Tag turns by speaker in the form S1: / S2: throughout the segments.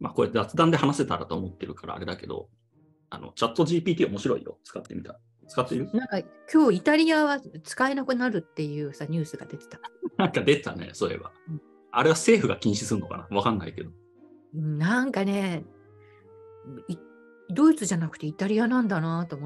S1: まあこれ雑談で話せたらと思ってるからあれだけど、チャット GPT 面白いよ。使ってみた。使ってる？
S2: なんか今日イタリアは使えなくなるっていうさニュースが出てた。
S1: なんか出たね、そういえば。
S2: うん
S1: あれは政府が禁止するのかな、わかんないけど。
S2: なんかね、ドイツじゃなくてイタリアなんだなと思って、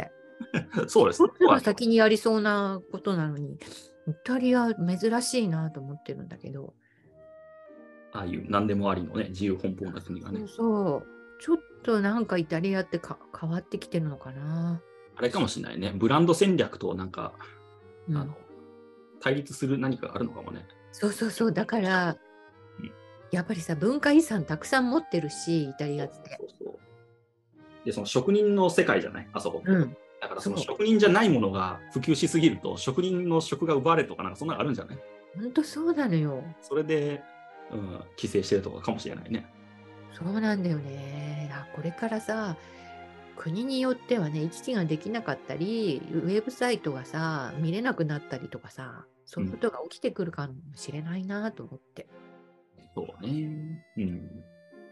S1: そうですね。
S2: ドイツが先にやりそうなことなのに、イタリア珍しいなと思ってるんだけど。
S1: ああいう何でもありのね、自由奔放な国がね。
S2: そうそう。ちょっとなんかイタリアって変わってきてるのかな。
S1: あれかもしれないね。ブランド戦略となんか、
S2: うん、
S1: 対立する何かがあるのかもね。
S2: そうそうそう。だから、
S1: うん、
S2: やっぱりさ、文化遺産たくさん持ってるし、イタリアって。
S1: そうそう。で、その職人の世界じゃない、あそこって。
S2: うん。
S1: だからその
S2: そう。
S1: 職人じゃないものが普及しすぎると、職人の職が奪われるとか、なんかそんなのあるんじゃない？
S2: ほんとそうなのよ。
S1: それで、規制してるとかかもしれないね。
S2: そうなんだよね。これからさ、国によってはね、行き来ができなかったり、ウェブサイトがさ、見れなくなったりとかさ、そういうことが起きてくるかもしれないなと思って。
S1: そうね。うん。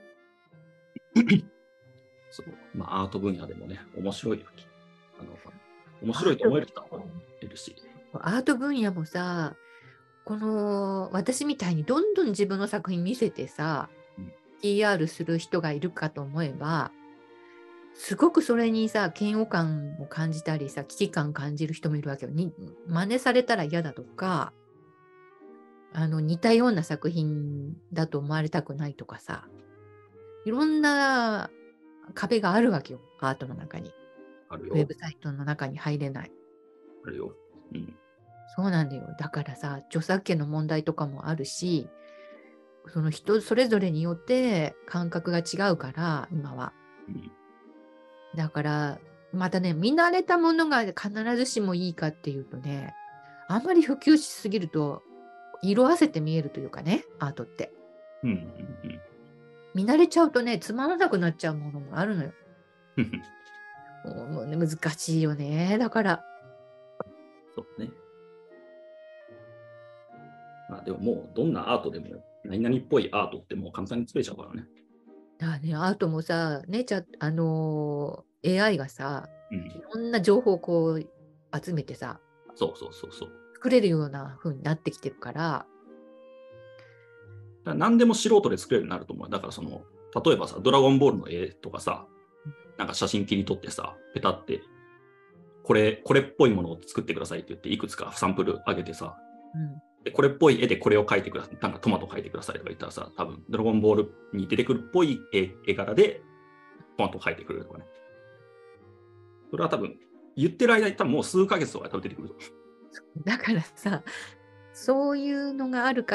S1: そう。まあ、アート分野でもね、面白いよ。面白いと思える人はいるし。
S2: アート分野もさ、この私みたいにどんどん自分の作品見せてさ、
S1: うん、
S2: PR する人がいるかと思えば、すごくそれにさ、嫌悪感を感じたりさ、危機感感じる人もいるわけよ。真似されたら嫌だとか、似たような作品だと思われたくないとかさ、いろんな壁があるわけよ、アートの中に。
S1: あるよ。
S2: ウェブサイトの中に入れない。
S1: あるよ。うん。
S2: そうなんだよ。だからさ、著作権の問題とかもあるし、その人それぞれによって感覚が違うから、今は。
S1: うん、
S2: だから、またね、見慣れたものが必ずしもいいかっていうとね、あんまり普及しすぎると、色あせて見えるというかね、アートって。
S1: うん、うん、
S2: 見慣れちゃうとね、つまらなくなっちゃうものもあるのよ。
S1: うん。
S2: もうね、難しいよね。だから。
S1: そうね。まあ、でももう、どんなアートでも、何々っぽいアートってもう簡単に作れちゃうからね。
S2: だからね、アートもさ、ね、AI がさ、
S1: うん。
S2: いろんな情報をこう集めてさ、
S1: そうそうそうそう。
S2: 作れるような風になってきてるから、
S1: だから何でも素人で作れるようになると思う。だから例えばさ、ドラゴンボールの絵とかさ、なんか写真切り取ってさ、ペタって、これっぽいものを作ってくださいって言って、いくつかサンプル上げてさ、
S2: うん、
S1: でこれっぽい絵でこれを描いてください。なんかトマト描いてくださいとか言ったらさ、多分ドラゴンボールに出てくるっぽい絵柄でトマト描いてくるとかね。それは多分、言ってる間に多分もう数ヶ月とかで多分出てくると。
S2: だからさ、そういうのがあるから、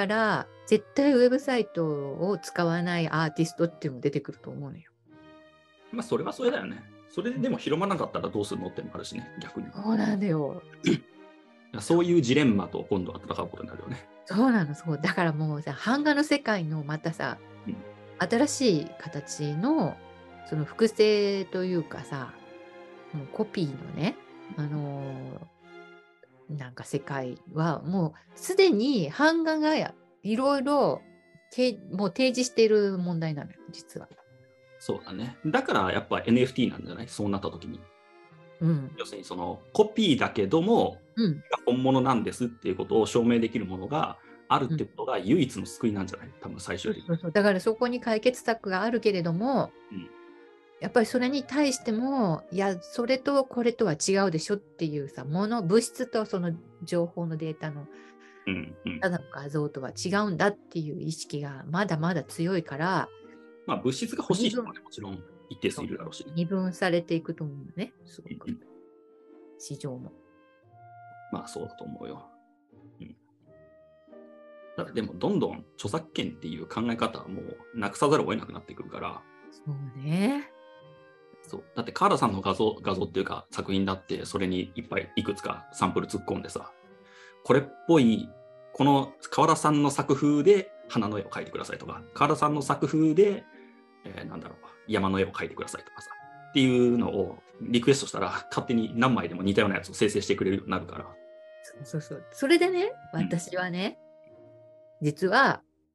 S2: 絶対ウェブサイトを使わないアーティストっていうのも出てくると思うのよ。
S1: まあ、それはそれだよね。それででも広まらなかったらどうするのってのもあるしね、逆に。
S2: そうなんだよ。
S1: そういうジレンマと今度は戦うことになるよね。
S2: そうなの、そう。だからもうさ、版画の世界のまたさ、
S1: うん、
S2: 新しい形の、その複製というかさ、もうコピーのね、なんか世界はもうすでに版画がいろいろもう提示している問題なのよ、実は。
S1: そうだね。だからやっぱ NFT なんじゃない？そうなった時に。
S2: うん。
S1: 要するにコピーだけども、
S2: うん。
S1: 本物なんですっていうことを証明できるものがあるっ
S2: うん。
S1: てことが唯一の救いなんじゃない？多分最終的に。
S2: そうそう。だからそこに解決策があるけれども、
S1: うん、
S2: やっぱりそれに対しても、いや、それとこれとは違うでしょっていうさ、物質とその情報のデータの
S1: うん、うん。
S2: ただの画像とは違うんだっていう意識がまだまだ強いから、
S1: まあ物質が欲しい
S2: 二分、
S1: 人もね、もちろん一定数
S2: そう
S1: いるだろうしね。
S2: 二分されていくと思うのね、すごく。
S1: うんうん、
S2: 市場も。
S1: まあそうだと思うよ。うん、ただでもどんどん著作権っていう考え方はもうなくさざるを得なくなってくるから、
S2: そうね。
S1: そうだって河原さんの画像っていうか作品だってそれにいっぱいいくつかサンプル突っ込んでさ、これっぽいこの河原さんの作風で花の絵を描いてくださいとか、河原さんの作風で、なんだろう、山の絵を描いてくださいとかさっていうのをリクエストしたら勝手に何枚でも似たようなやつを生成してくれるようになるから。
S2: そうそうそう。それでね、
S1: うん、
S2: 私はね、実は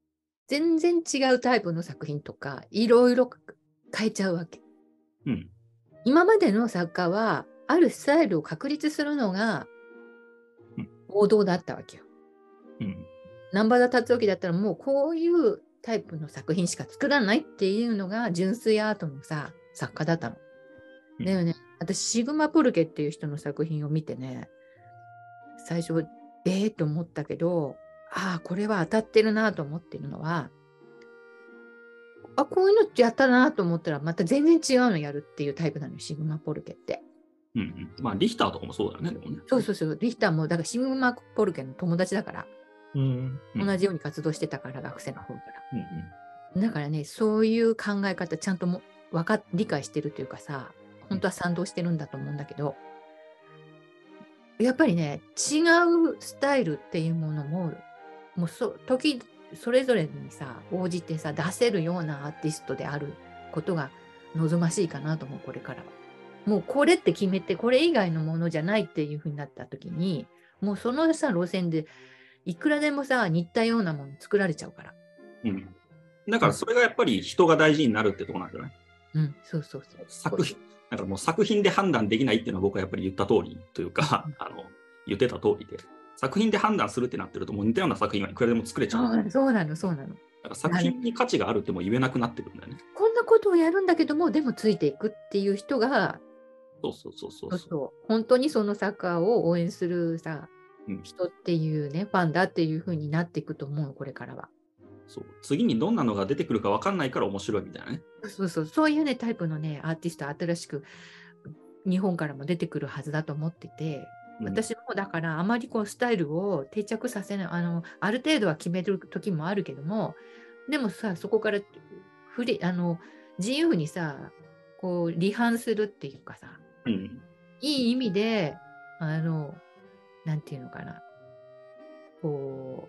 S2: 全然違うタイプの作品とかいろいろ変えちゃうわけ。
S1: うん。
S2: 今までの作家はあるスタイルを確立するのが
S1: うん。
S2: 王道だったわけよ。
S1: うん。
S2: 南原達興だったらもうこういうタイプの作品しか作らないっていうのが純粋アートのさ作家だったの。
S1: うん。
S2: だよね。私シグマ・ポルケっていう人の作品を見てね、最初と思ったけど、ああこれは当たってるなと思ってるのは、あこういうのってやったなと思ったらまた全然違うのやるっていうタイプなのよ、シグマ・ポルケって。
S1: うん。まあ、リヒターとかもそうだよね、でもね。
S2: そうそうそう、リヒターもだからシグマ・ポルケの友達だから、
S1: うん。
S2: 同じように活動してたから、学生の頃か
S1: うん。うん。
S2: ら。だからね、そういう考え方ちゃんと理解してるというかさ、本当は賛同してるんだと思うんだけど、やっぱりね、違うスタイルっていうものも、もう時それぞれにさ、応じてさ、出せるようなアーティストであることが望ましいかなと思う、これからは。もうこれって決めて、これ以外のものじゃないっていうふうになった時に、もうそのさ、路線でいくらでもさ、似たようなもの作られちゃうから。
S1: うん。だからそれがやっぱり人が大事になるってとこなんじゃない？
S2: うん、そうそうそう。
S1: 作品、だからもう作品で判断できないっていうのは僕はやっぱり言った通りというか、言ってた通りで、作品で判断するってなってるともう似たような作品はいくらでも作れちゃう。
S2: そうなの、そうなの。
S1: だから作品に価値があるっても言えなくなってるんだよね。
S2: こんなことをやるんだけども、でもついていくっていう人が、
S1: そうそうそうそう。
S2: そうそう、本当にそのサッカーを応援するさ、
S1: うん、
S2: 人っていうね、ファンだっていう風になっていくと思う、これからは。
S1: そう次にどんなのが出てくるか分かんないから面白いみたいなね。
S2: そうそう、そういうね、タイプのね、アーティスト、新しく日本からも出てくるはずだと思ってて、
S1: うん、
S2: 私もだからあまりこうスタイルを定着させない、ある程度は決める時もあるけども、でもさ、そこから自由にさ、こう離反するっていうかさ、
S1: うん、
S2: いい意味で、なんていうのかな、こ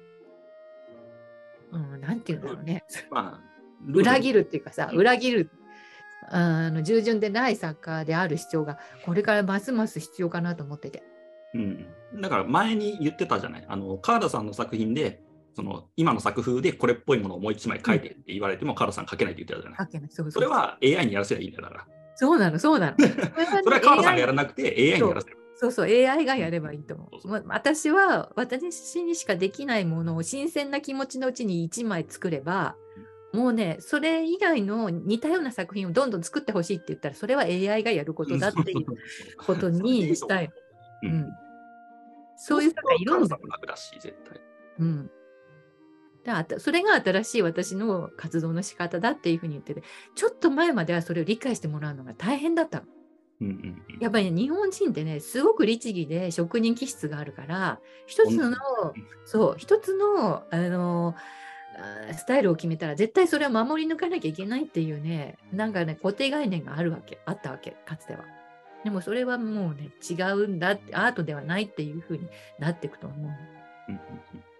S2: なんていうんだろうね、
S1: まあ、
S2: 裏切るっていうかさ、裏切る、従順でない作家である必要が、これからますます必要かなと思ってて。
S1: うん、だから前に言ってたじゃない。川田さんの作品で、今の作風でこれっぽいものをもう一枚書いてって言われても、川田さん書けないって言ってたじゃない。
S2: そう
S1: それは AI にやらせればいいんだよ、だから。
S2: そうなの、そうなの。
S1: それは川田さんがやらなくて AI にやらせればいい。
S2: そうそう、AI がやればいいと思
S1: そうそう
S2: う。私は私にしかできないものを新鮮な気持ちのうちに1枚作れば、もうね、それ以外の似たような作品をどんどん作ってほしいって言ったら、それは AI がやることだっていうことにしたい。
S1: うん。
S2: そういう人がいるんだよ。
S1: 楽だし、絶対。
S2: うん。それが新しい私の活動の仕方だっていうふうに言ってて、ちょっと前まではそれを理解してもらうのが大変だったの。やっぱり、ね、日本人ってね、すごく律儀で職人気質があるから、一つの、スタイルを決めたら絶対それを守り抜かなきゃいけないっていうね、なんかね、固定概念があったわけ、かつては。でもそれはもうね、違うんだって、アートではないっていうふうになっていくと思う。